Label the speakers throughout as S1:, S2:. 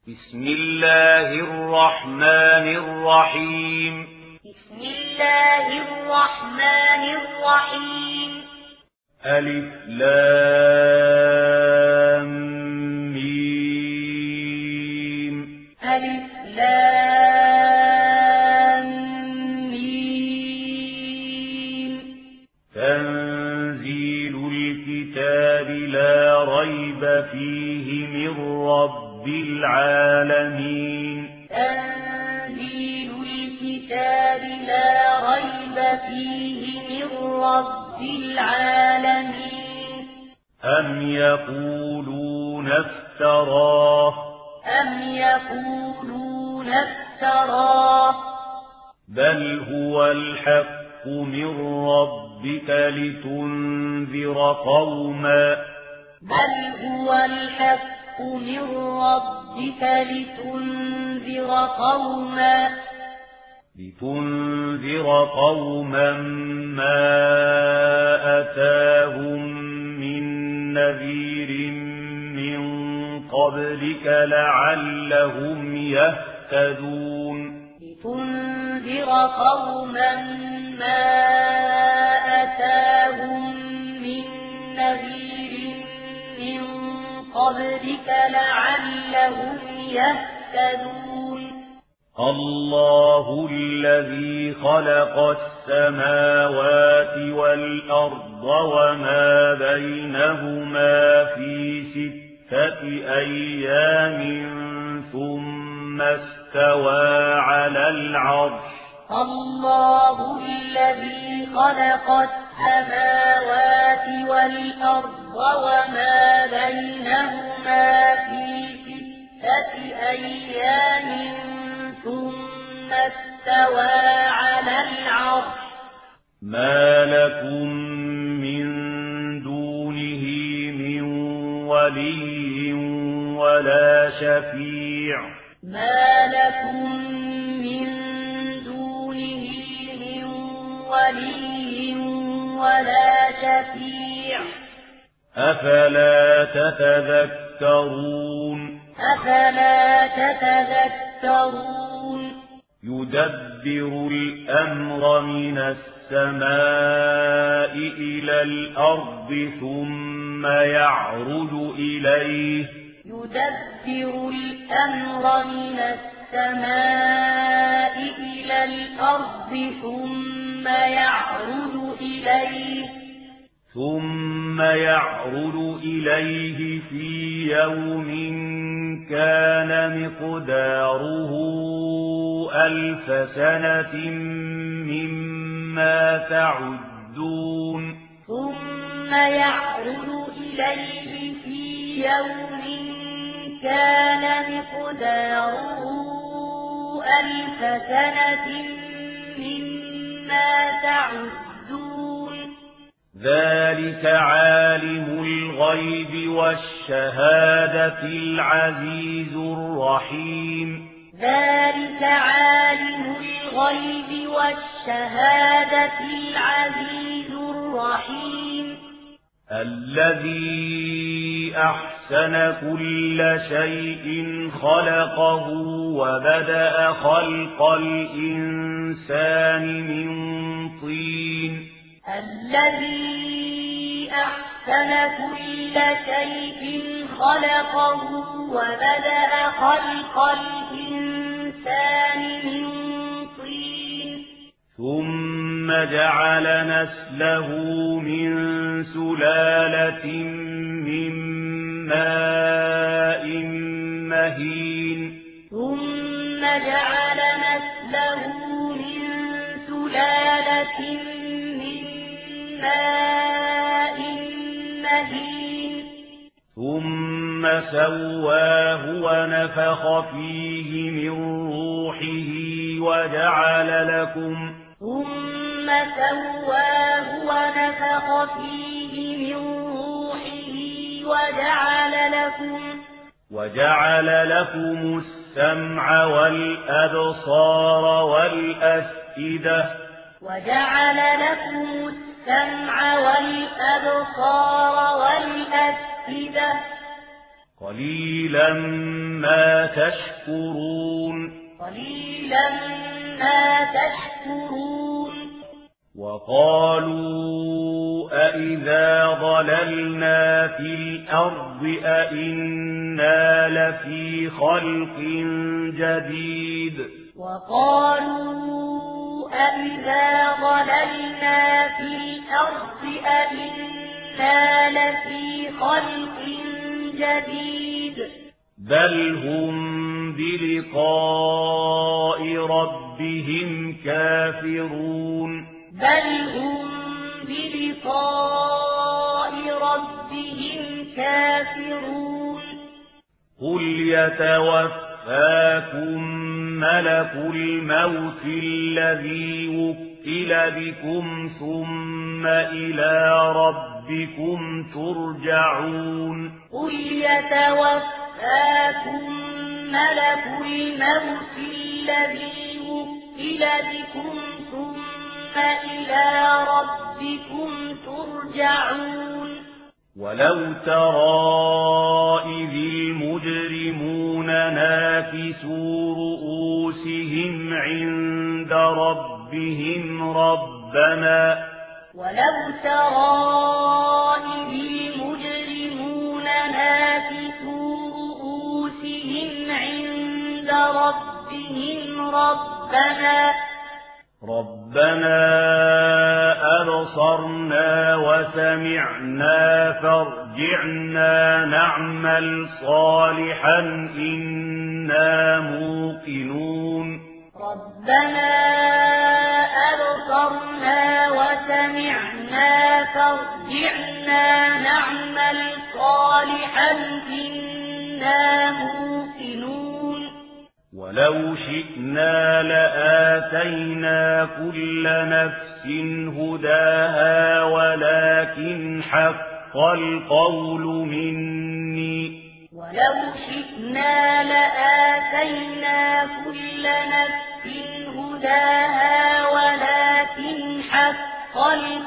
S1: بسم الله الرحمن الرحيم
S2: بسم الله الرحمن الرحيم
S1: ألف لام ميم
S2: ألف لام ميم
S1: تنزيل الكتاب لا ريب فيه من رب العالمين
S2: تنزيل الكتاب لا ريب فيه من رب العالمين
S1: أم يقولون افتراه بل هو الحق من ربك لتنذر قوما ما أتاهم من نذير من قبلك لعلهم يهتدون
S2: لتنذر قوما ما أتاهم من نذير من قبلك لعلهم يهتدون
S1: الله الذي خلق السماوات والأرض وما بينهما في 6 أيام ثم استوى على العرش
S2: الله الذي خلق السماوات والأرض وما بينهما في 6 أيام ثم استوى على العرش
S1: ما لكم من دونه من ولي ولا شفيع أفلا تتذكرون يدبر الأمر من السماء إلى الأرض ثم يعرج إليه في يوم كان مقداره 1000 سنة مما تعدون ذلك عالم الغيب والشهادة العزيز الرحيم الذي أحسن كل شيء خلقه وبدأ خلق الإنسان من طين ثم جعل نسله من سلالة من ماء مهين ثم سواه ونفخ فيه من روحه وجعل لكم السمع والأبصار والأفئدة قليلا ما ما تشكرون
S2: قليلا ما تشكرون
S1: وقالوا أإذا ضللنا في الأرض أإنا لفي خلق جديد
S2: وقالوا أإذا ضللنا في الأرض أإنا لفي خلق جديد
S1: بل هم بلقاء ربهم كافرون
S2: بل هم بلقاء ربهم كافرون
S1: قل يتوفاكم ملك الموت الذي وكل بكم ثم إلى ربكم ترجعون
S2: قل يتوفاكم ملك الموت الذي وكل بكم ثم إلى ربكم ترجعون
S1: ولو ترى إذ المجرمون ناكسوا رؤوسهم عند ربهم
S2: ولو ترى إذ المجرمون ناكسوا رؤوسهم عند ربهم ربنا أبصرنا وسمعنا فارجعنا نعمل صالحا إنا موقنون ربنا أبصرنا وسمعنا فارجعنا نعمل صالحا إنا موقنون
S1: ولو شئنا لآتينا كل نفس هداها ولكن حق القول مني
S2: ولو شئنا لآتينا كل نفس هداها ولكن حق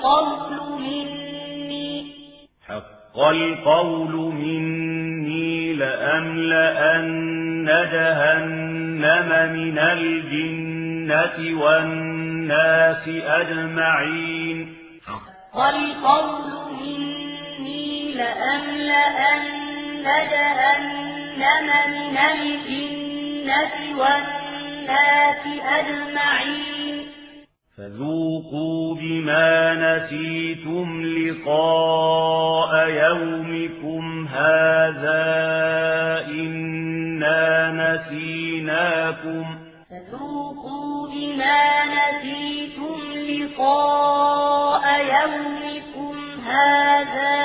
S2: القول مني لأملأن جهنم من الجنة والناس أجمعين حق القول مني لأملأن جهنم من الجنة والناس أجمعين
S1: فذوقوا بما نسيتم لقاء يومكم هذا إنا نسيناكم
S2: فذوقوا بما نسيتم لقاء يومكم هذا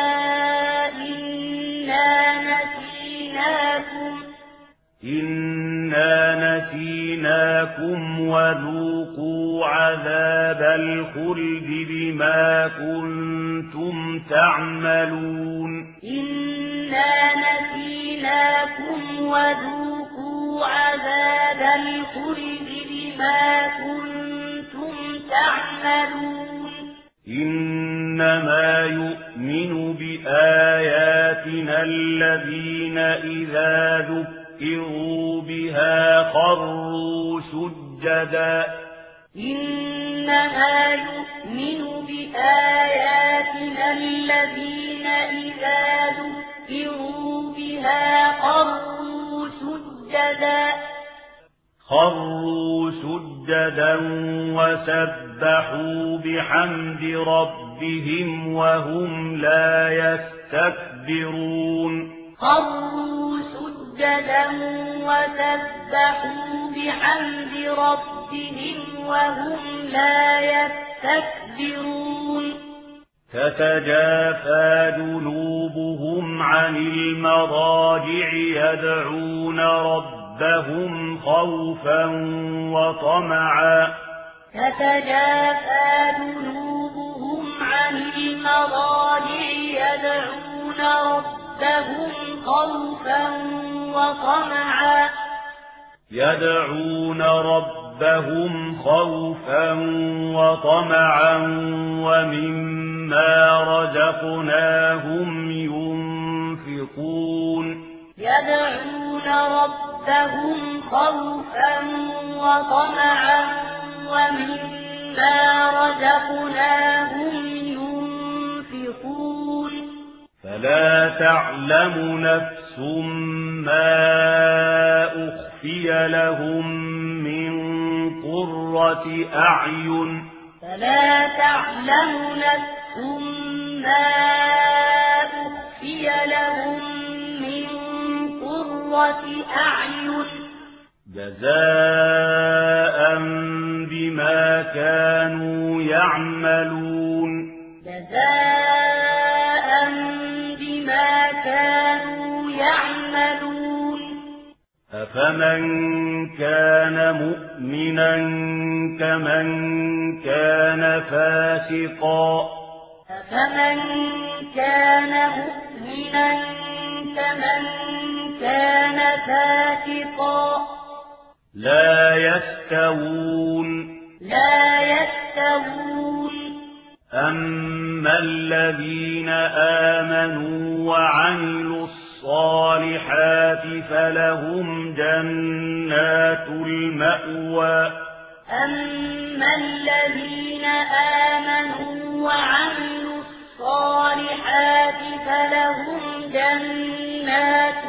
S1: إنا نسيناكم وذوقوا عذاب الخلد بما كنتم تعملون
S2: إنا نسيناكم وذوقوا عذاب الخلد بما كنتم تعملون
S1: إنما يؤمن بآياتنا الذين إذا ذكروا بها خروا سجدا
S2: إنما يؤمن بآياتنا الذين إذا ذكروا بها خروا سجدا
S1: وسبحوا بحمد ربهم وهم لا يستكبرون
S2: خروا سجدا وسبحوا بحمد ربهم وهم لا يستكبرون
S1: تتجافى جنوبهم عن المضاجع يدعون ربهم خوفا وطمعا
S2: تتجافى جنوبهم عن المضاجع يدعون ربهم خوفا وطمعا
S1: ومما رزقناهم ينفقون
S2: يدعون ربهم ربهم خوفا وطمعا ومما رزقناهم ينفقون
S1: فلا تعلم نفس ما أخفي لهم من قرة أعين
S2: فلا تعلم نفس ما أخفي لهم من قرة أعين
S1: جزاء بما كانوا يعملون
S2: جزاء بما كانوا يعملون
S1: أفمن كان مؤمنا كمن كان فاسقا
S2: أفمن كان مؤمنا كمن كان فاسقا
S1: لا يستوون أما الذين آمنوا وعملوا الصالحات فلهم جنات المأوى
S2: أما الذين آمنوا وعملوا الصالحات فلهم جنات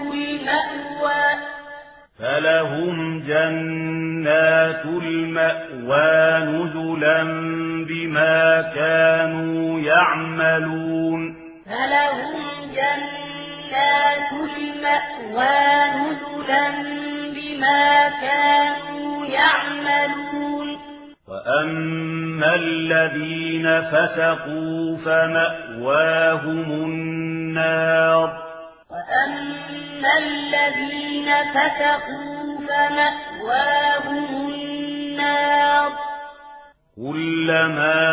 S2: المأوى
S1: نزلا بما كانوا يعملون
S2: فلهم جنات المأوى نزلا بما كانوا يعملون
S1: وأما الذين فسقوا فمأواهم النار
S2: وأما الذين فسقوا فمأواهم النار
S1: كلما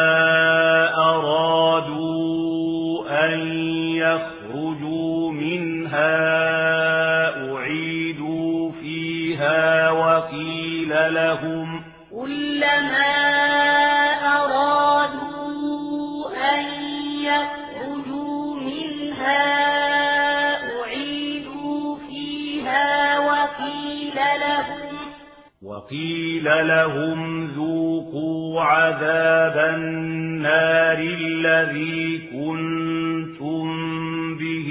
S1: أرادوا أن يخرجوا منها أعيدوا فيها وقيل لهم
S2: كلما أرادوا أن يخرجوا منها أعيدوا فيها وقيل لهم
S1: ذوقوا عذاب النار الذي كنتم به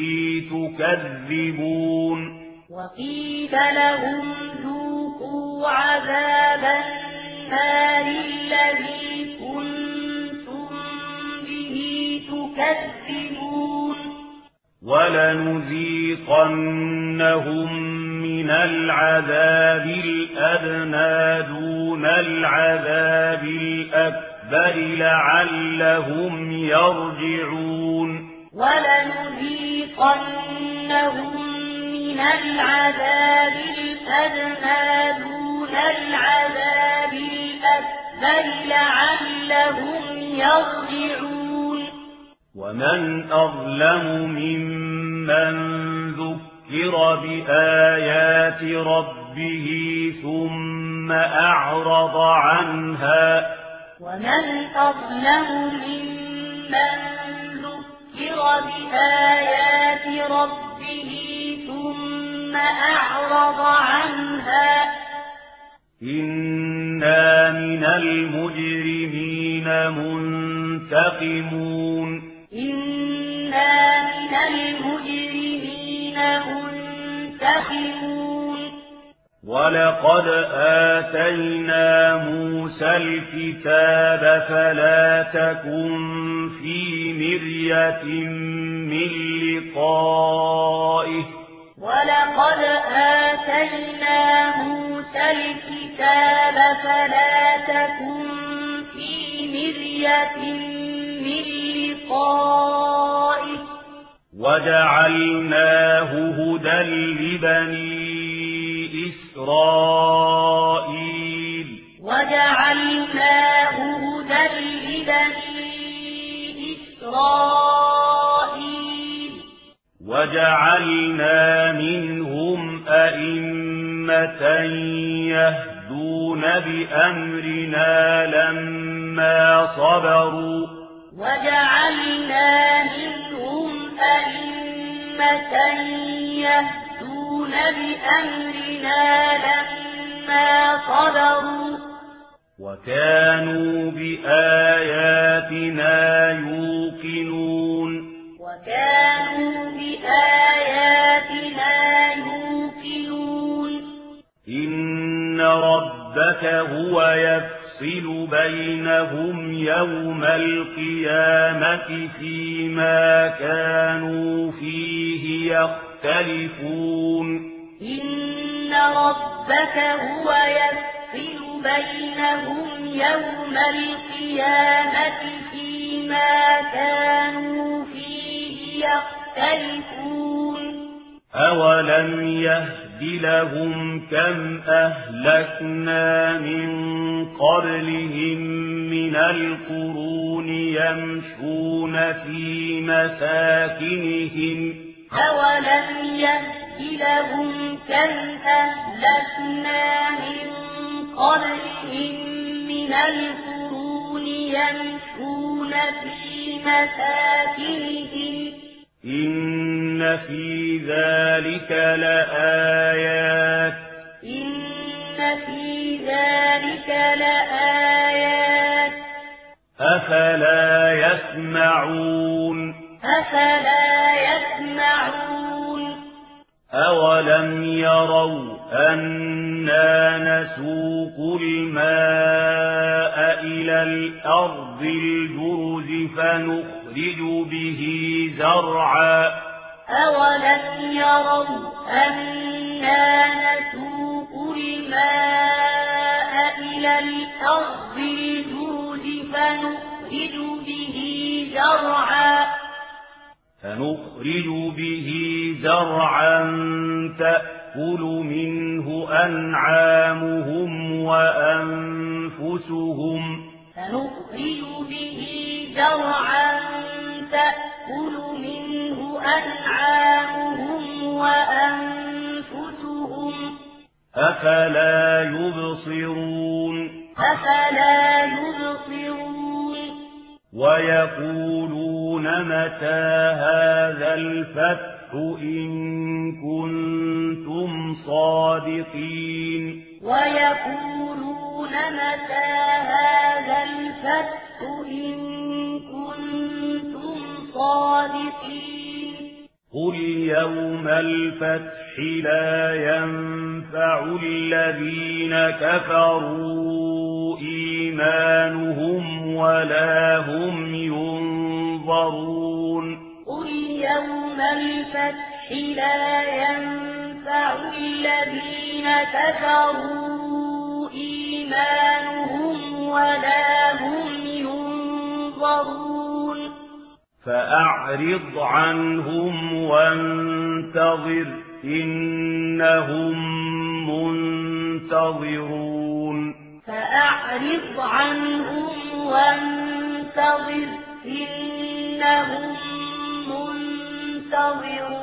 S1: تكذبون
S2: وقيل لهم ذوقوا عذاب النار الذي كنتم به تكذبون
S1: ولنذيقنهم من العذاب الأدنى دون العذاب الأكبر لعلهم يرجعون
S2: ولنذيقنهم من العذاب الأدنى دون العذاب الأكبر لعلهم يرجعون
S1: ومن أظلم ممن ذكر بآيات ربه ثم أعرض عنها
S2: ومن أظلم ممن ذكر بآيات ربه ثم أعرض عنها
S1: إنا من المجرمين منتقمون
S2: إنا من المجرمين منتقمون
S1: ولقد آتينا موسى الكتاب فلا تكن في مرية من لقائه
S2: ولقد آتينا موسى الكتاب فلا تكن في مرية من لقائه
S1: وجعلناه هدى لبني إسرائيل
S2: وجعلناه هدى لبني إسرائيل
S1: وجعلنا منهم أئمة يهدون بأمرنا لما صبروا
S2: وجعلنا منهم أئمة يهدون بأمرنا لما صبروا
S1: وكانوا بآياتنا يوقنون إن ربك هو يفصل بينهم يوم القيامة فيما كانوا فيه يختلفون
S2: إن ربك هو يفصل بينهم يوم القيامة فيما كانوا فيه يختلفون
S1: أولم يهد لهم كم أهلكنا من قبلهم من القرون يمشون في مساكنهم
S2: أولم يهد لهم كم أهلكنا من قبلهم من القرون يمشون في مساكنهم
S1: إن في ذلك لآيات أفلا يسمعون أولم يروا أنا نسوق الماء إلى الأرض الجرز فنخرج به زرعا
S2: أولم يروا أنا نسوق الماء إلى الأرض الجرز
S1: فنخرج به زرعا تأكل منه أنعامهم وأنفسهم أفلا يبصرون ويقولون متى هذا الفتح إن كنتم صادقين قل يوم الفتح لا ينفع الذين كفروا إيمانهم ولا هم ينظرون
S2: قل يوم الفتح لا ينفع الذين كفروا إيمانهم ولا هم ينظرون
S1: فأعرض عنهم وانتظر إنهم منتظرون
S2: فأعرض عنهم وانتظر إنهم منتظرون